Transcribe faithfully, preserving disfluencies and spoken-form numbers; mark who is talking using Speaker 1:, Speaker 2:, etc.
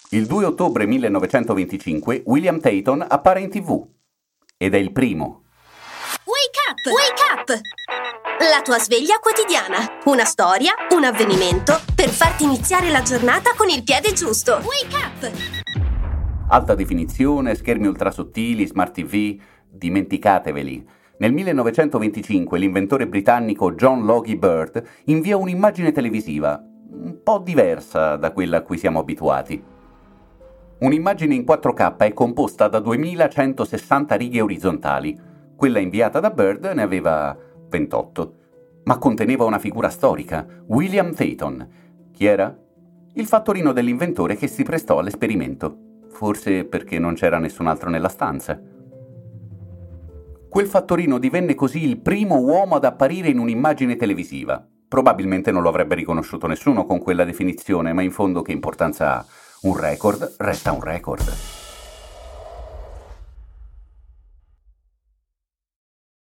Speaker 1: Il due ottobre millenovecentoventicinque William Taton appare in tivù ed è il primo.
Speaker 2: Wake up! Wake up! La tua sveglia quotidiana. Una storia, un avvenimento per farti iniziare la giornata con il piede giusto. Wake up!
Speaker 1: Alta definizione, schermi ultrasottili, smart tivù, dimenticateveli. Nel millenovecentoventicinque l'inventore britannico John Logie Baird invia un'immagine televisiva un po' diversa da quella a cui siamo abituati. Un'immagine in quattro K è composta da duemilacentosessanta righe orizzontali. Quella inviata da Baird ne aveva ventotto, ma conteneva una figura storica, William Taton. Chi era? Il fattorino dell'inventore che si prestò all'esperimento, forse perché non c'era nessun altro nella stanza. Quel fattorino divenne così il primo uomo ad apparire in un'immagine televisiva. Probabilmente non lo avrebbe riconosciuto nessuno con quella definizione, ma in fondo che importanza ha? Un record resta un record.